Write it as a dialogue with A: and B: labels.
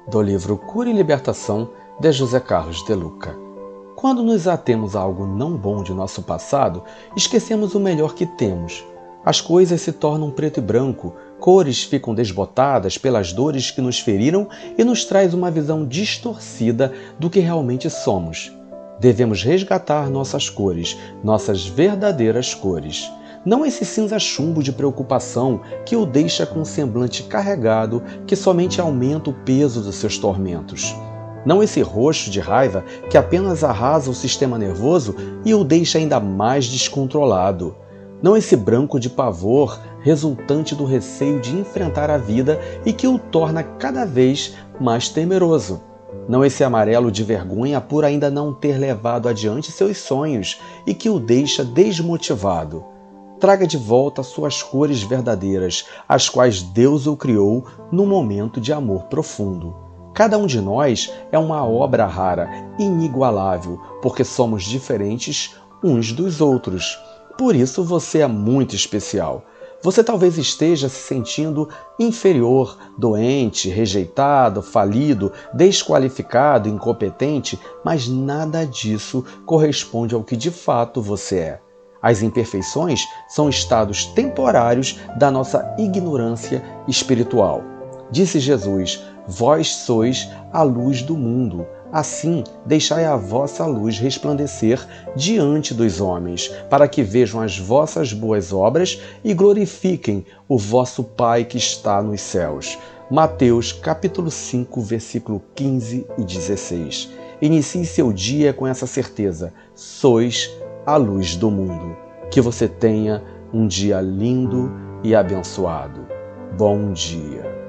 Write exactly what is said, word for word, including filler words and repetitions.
A: Do livro Cura e Libertação, de José Carlos de Luca. Quando nos atemos a algo não bom de nosso passado, esquecemos o melhor que temos. As coisas se tornam preto e branco, cores ficam desbotadas pelas dores que nos feriram e nos traz uma visão distorcida do que realmente somos. Devemos resgatar nossas cores, nossas verdadeiras cores. Não esse cinza chumbo de preocupação que o deixa com um semblante carregado que somente aumenta o peso dos seus tormentos. Não esse roxo de raiva que apenas arrasa o sistema nervoso e o deixa ainda mais descontrolado. Não esse branco de pavor resultante do receio de enfrentar a vida e que o torna cada vez mais temeroso. Não esse amarelo de vergonha por ainda não ter levado adiante seus sonhos e que o deixa desmotivado. Traga de volta suas cores verdadeiras, as quais Deus o criou num momento de amor profundo. Cada um de nós é uma obra rara, inigualável, porque somos diferentes uns dos outros. Por isso você é muito especial. Você talvez esteja se sentindo inferior, doente, rejeitado, falido, desqualificado, incompetente, mas nada disso corresponde ao que de fato você é. As imperfeições são estados temporários da nossa ignorância espiritual. Disse Jesus: vós sois a luz do mundo. Assim, deixai a vossa luz resplandecer diante dos homens, para que vejam as vossas boas obras e glorifiquem o vosso Pai que está nos céus. Mateus capítulo cinco, versículo quinze e dezesseis. Inicie seu dia com essa certeza: sois a luz do mundo. Que você tenha um dia lindo e abençoado. Bom dia.